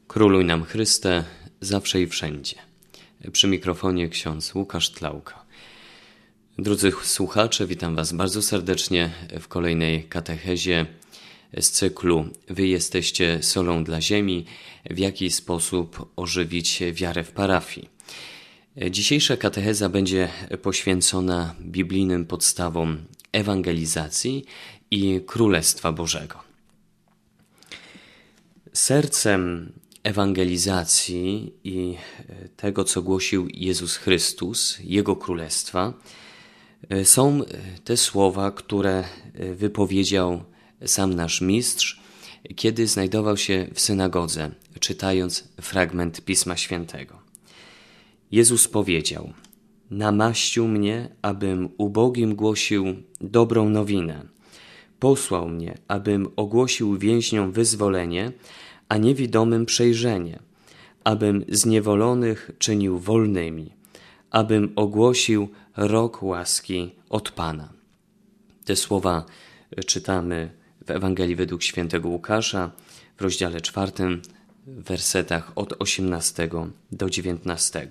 Króluj nam Chryste, zawsze i wszędzie. Przy mikrofonie ksiądz Łukasz Tlauka. Drodzy słuchacze, witam Was bardzo serdecznie w kolejnej katechezie z cyklu Wy jesteście solą dla ziemi, w jaki sposób ożywić wiarę w parafii. Dzisiejsza katecheza będzie poświęcona biblijnym podstawom ewangelizacji i Królestwa Bożego. Sercem ewangelizacji i tego, co głosił Jezus Chrystus, Jego Królestwa, są te słowa, które wypowiedział sam nasz mistrz, kiedy znajdował się w synagodze, czytając fragment Pisma Świętego. Jezus powiedział: namaścił mnie, abym ubogim głosił dobrą nowinę. Posłał mnie, abym ogłosił więźniom wyzwolenie, a niewidomym przejrzenie, abym zniewolonych czynił wolnymi, abym ogłosił rok łaski od Pana. Te słowa czytamy w Ewangelii według świętego Łukasza w rozdziale 4, w wersetach od 18 do 19.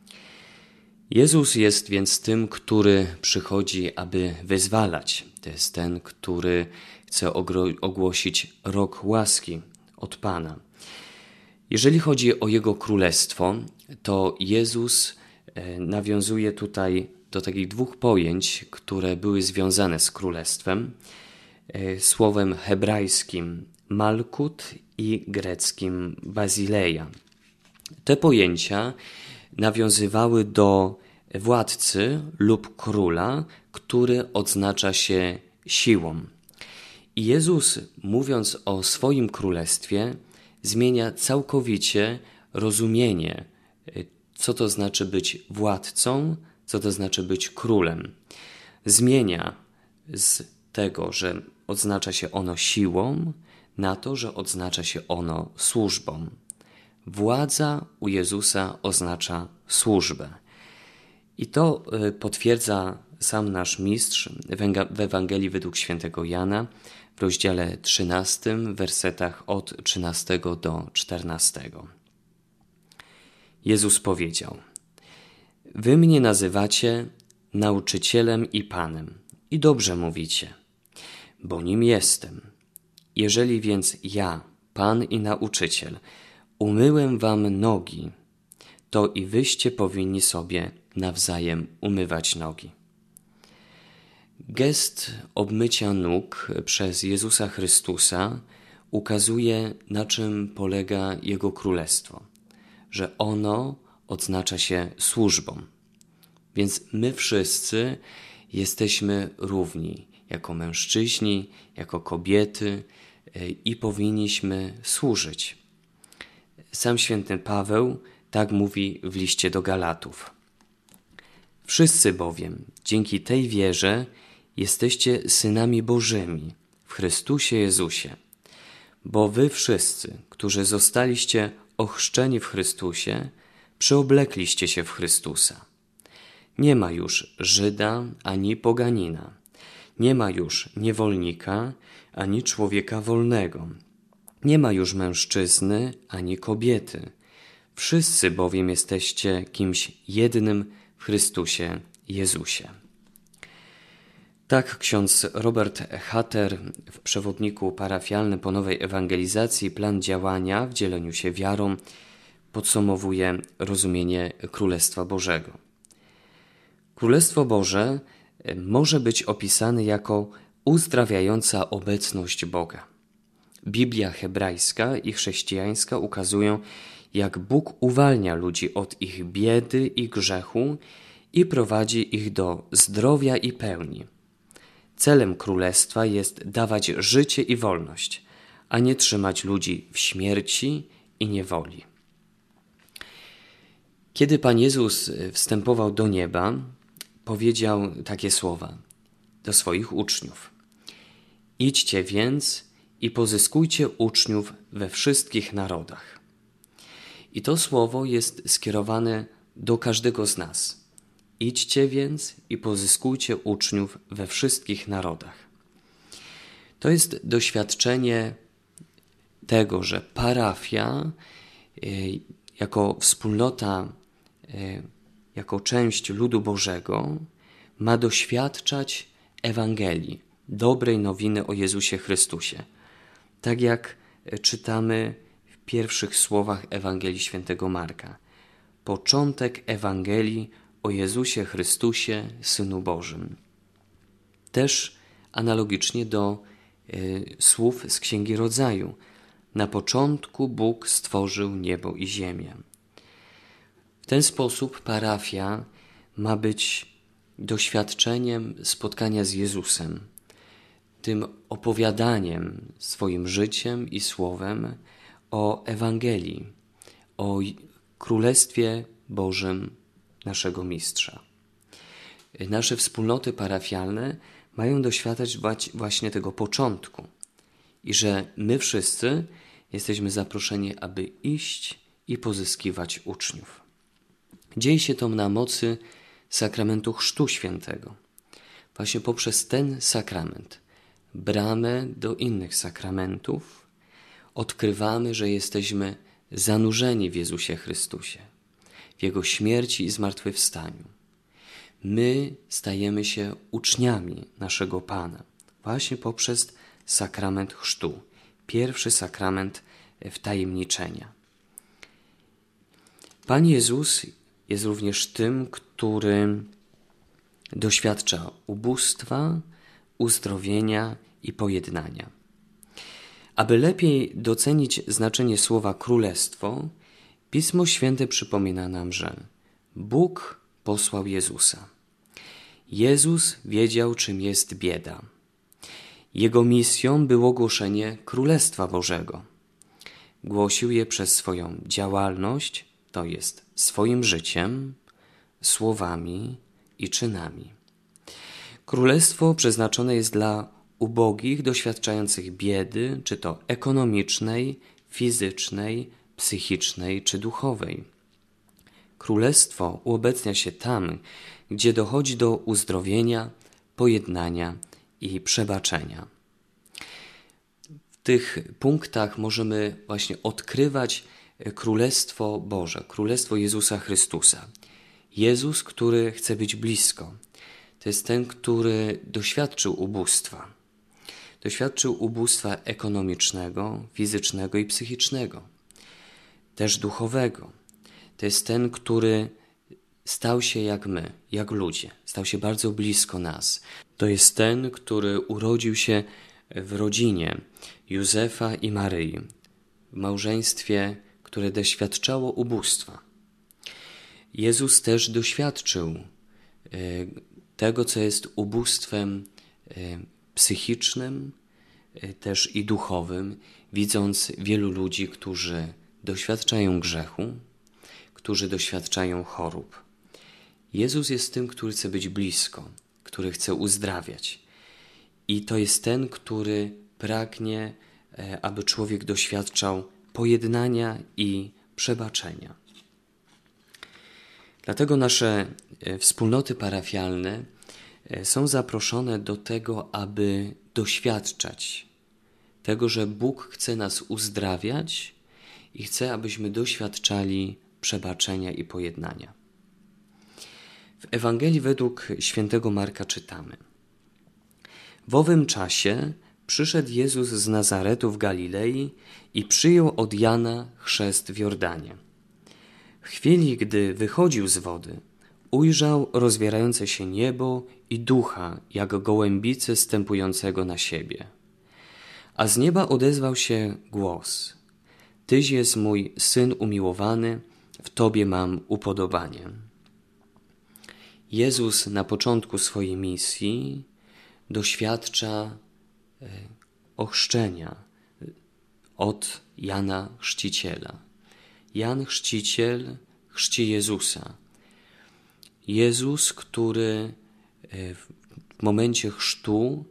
Jezus jest więc tym, który przychodzi, aby wyzwalać. To jest ten, który chce ogłosić rok łaski od Pana. Jeżeli chodzi o Jego Królestwo, to Jezus nawiązuje tutaj do takich dwóch pojęć, które były związane z Królestwem, słowem hebrajskim malkut i greckim basileia. Te pojęcia nawiązywały do władcy lub króla, który odznacza się siłą. I Jezus, mówiąc o swoim królestwie, zmienia całkowicie rozumienie, co to znaczy być władcą, co to znaczy być królem. Zmienia z tego, że odznacza się ono siłą, na to, że odznacza się ono służbą. Władza u Jezusa oznacza służbę. I to potwierdza sam nasz mistrz w Ewangelii według świętego Jana w rozdziale 13, w wersetach od 13 do 14. Jezus powiedział: wy mnie nazywacie nauczycielem i Panem i dobrze mówicie, bo nim jestem. Jeżeli więc ja, Pan i nauczyciel, umyłem wam nogi, to i wyście powinni sobie nawzajem umywać nogi. Gest obmycia nóg przez Jezusa Chrystusa ukazuje, na czym polega Jego Królestwo, że ono odznacza się służbą. Więc my wszyscy jesteśmy równi, jako mężczyźni, jako kobiety i powinniśmy służyć. Sam święty Paweł tak mówi w liście do Galatów. Wszyscy bowiem dzięki tej wierze jesteście synami Bożymi w Chrystusie Jezusie. Bo wy wszyscy, którzy zostaliście ochrzczeni w Chrystusie, przyoblekliście się w Chrystusa. Nie ma już Żyda ani poganina, nie ma już niewolnika ani człowieka wolnego, nie ma już mężczyzny ani kobiety. Wszyscy bowiem jesteście kimś jednym w Chrystusie Jezusie. Tak ksiądz Robert Hatter w przewodniku parafialnym po nowej ewangelizacji plan działania w dzieleniu się wiarą podsumowuje rozumienie Królestwa Bożego. Królestwo Boże może być opisane jako uzdrawiająca obecność Boga. Biblia hebrajska i chrześcijańska ukazują, jak Bóg uwalnia ludzi od ich biedy i grzechu i prowadzi ich do zdrowia i pełni. Celem Królestwa jest dawać życie i wolność, a nie trzymać ludzi w śmierci i niewoli. Kiedy Pan Jezus wstępował do nieba, powiedział takie słowa do swoich uczniów: idźcie więc i pozyskujcie uczniów we wszystkich narodach. I to słowo jest skierowane do każdego z nas. Idźcie więc i pozyskujcie uczniów we wszystkich narodach. To jest doświadczenie tego, że parafia jako wspólnota, jako część ludu Bożego ma doświadczać Ewangelii, dobrej nowiny o Jezusie Chrystusie. Tak jak czytamy w pierwszych słowach Ewangelii Świętego Marka. Początek Ewangelii o Jezusie Chrystusie, Synu Bożym. Też analogicznie do słów z Księgi Rodzaju. Na początku Bóg stworzył niebo i ziemię. W ten sposób parafia ma być doświadczeniem spotkania z Jezusem, tym opowiadaniem swoim życiem i słowem o Ewangelii, o Królestwie Bożym naszego Mistrza. Nasze wspólnoty parafialne mają doświadczać właśnie tego początku i że my wszyscy jesteśmy zaproszeni, aby iść i pozyskiwać uczniów. Dzieje się to na mocy sakramentu Chrztu Świętego. Właśnie poprzez ten sakrament, bramę do innych sakramentów, odkrywamy, że jesteśmy zanurzeni w Jezusie Chrystusie, w Jego śmierci i zmartwychwstaniu. My stajemy się uczniami naszego Pana właśnie poprzez sakrament chrztu, pierwszy sakrament wtajemniczenia. Pan Jezus jest również tym, który doświadcza ubóstwa, uzdrowienia i pojednania. Aby lepiej docenić znaczenie słowa królestwo, Pismo Święte przypomina nam, że Bóg posłał Jezusa. Jezus wiedział, czym jest bieda. Jego misją było głoszenie Królestwa Bożego. Głosił je przez swoją działalność, to jest swoim życiem, słowami i czynami. Królestwo przeznaczone jest dla ubogich, doświadczających biedy, czy to ekonomicznej, fizycznej, psychicznej czy duchowej. Królestwo uobecnia się tam, gdzie dochodzi do uzdrowienia, pojednania i przebaczenia. W tych punktach możemy właśnie odkrywać Królestwo Boże, Królestwo Jezusa Chrystusa. Jezus, który chce być blisko. To jest ten, który doświadczył ubóstwa. Doświadczył ubóstwa ekonomicznego, fizycznego i psychicznego. Też duchowego. To jest ten, który stał się jak my, jak ludzie. Stał się bardzo blisko nas. To jest ten, który urodził się w rodzinie Józefa i Maryi, w małżeństwie, które doświadczało ubóstwa. Jezus też doświadczył tego, co jest ubóstwem psychicznym, też i duchowym, widząc wielu ludzi, którzy doświadczają grzechu, którzy doświadczają chorób. Jezus jest tym, który chce być blisko, który chce uzdrawiać. I to jest ten, który pragnie, aby człowiek doświadczał pojednania i przebaczenia. Dlatego nasze wspólnoty parafialne są zaproszone do tego, aby doświadczać tego, że Bóg chce nas uzdrawiać i chce, abyśmy doświadczali przebaczenia i pojednania. W Ewangelii według świętego Marka czytamy: w owym czasie przyszedł Jezus z Nazaretu w Galilei i przyjął od Jana chrzest w Jordanie. W chwili, gdy wychodził z wody, ujrzał rozwierające się niebo i ducha, jak gołębicy stępującego na siebie. A z nieba odezwał się głos: Tyś jest mój Syn umiłowany, w Tobie mam upodobanie. Jezus na początku swojej misji doświadcza ochrzczenia od Jana Chrzciciela. Jan Chrzciciel chrzci Jezusa. Jezus, który w momencie chrztu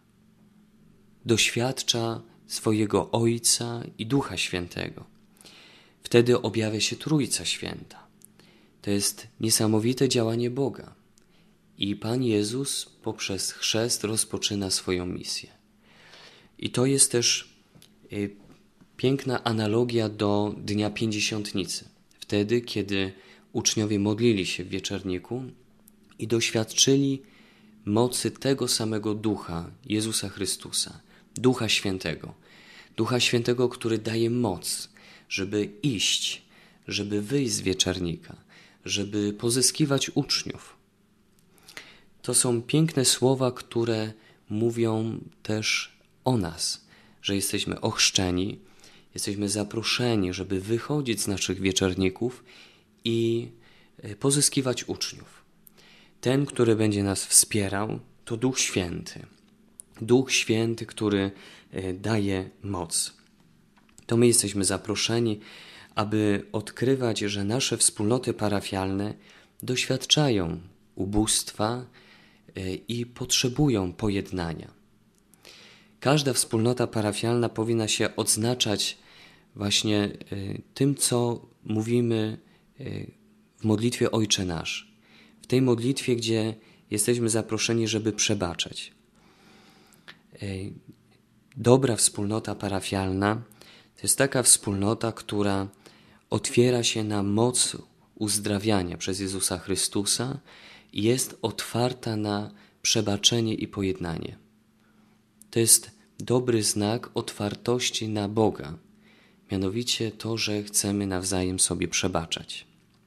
doświadcza swojego Ojca i Ducha Świętego. Wtedy objawia się Trójca Święta. To jest niesamowite działanie Boga. I Pan Jezus poprzez chrzest rozpoczyna swoją misję. I to jest też piękna analogia do Dnia Pięćdziesiątnicy. Wtedy, kiedy uczniowie modlili się w wieczorniku i doświadczyli mocy tego samego Ducha Jezusa Chrystusa, Ducha Świętego, który daje moc, żeby iść, żeby wyjść z wieczornika, żeby pozyskiwać uczniów. To są piękne słowa, które mówią też o nas, że jesteśmy ochrzczeni, jesteśmy zaproszeni, żeby wychodzić z naszych wieczorników i pozyskiwać uczniów. Ten, który będzie nas wspierał, to Duch Święty. Duch Święty, który daje moc. To my jesteśmy zaproszeni, aby odkrywać, że nasze wspólnoty parafialne doświadczają ubóstwa i potrzebują pojednania. Każda wspólnota parafialna powinna się odznaczać właśnie tym, co mówimy w modlitwie Ojcze Nasz. W tej modlitwie, gdzie jesteśmy zaproszeni, żeby przebaczać. Dobra wspólnota parafialna to jest taka wspólnota, która otwiera się na moc uzdrawiania przez Jezusa Chrystusa i jest otwarta na przebaczenie i pojednanie. To jest dobry znak otwartości na Boga, mianowicie to, że chcemy nawzajem sobie przebaczać.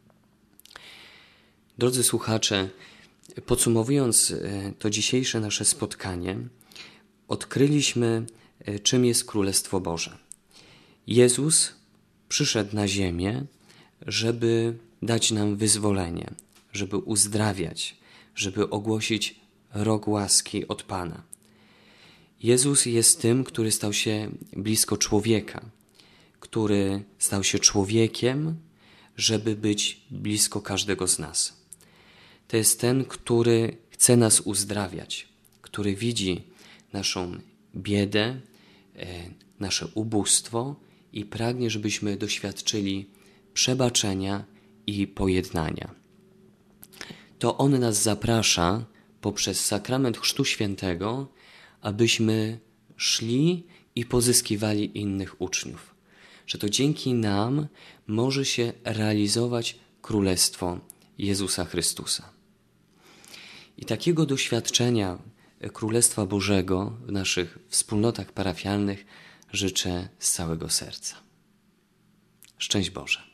Drodzy słuchacze, podsumowując to dzisiejsze nasze spotkanie, odkryliśmy, czym jest Królestwo Boże. Jezus przyszedł na ziemię, żeby dać nam wyzwolenie, żeby uzdrawiać, żeby ogłosić rok łaski od Pana. Jezus jest tym, który stał się blisko człowieka, który stał się człowiekiem, żeby być blisko każdego z nas. To jest ten, który chce nas uzdrawiać, który widzi naszą biedę, nasze ubóstwo i pragnie, żebyśmy doświadczyli przebaczenia i pojednania. To On nas zaprasza poprzez sakrament Chrztu Świętego, abyśmy szli i pozyskiwali innych uczniów. Że to dzięki nam może się realizować Królestwo Jezusa Chrystusa. I takiego doświadczenia Królestwa Bożego w naszych wspólnotach parafialnych życzę z całego serca. Szczęść Boże.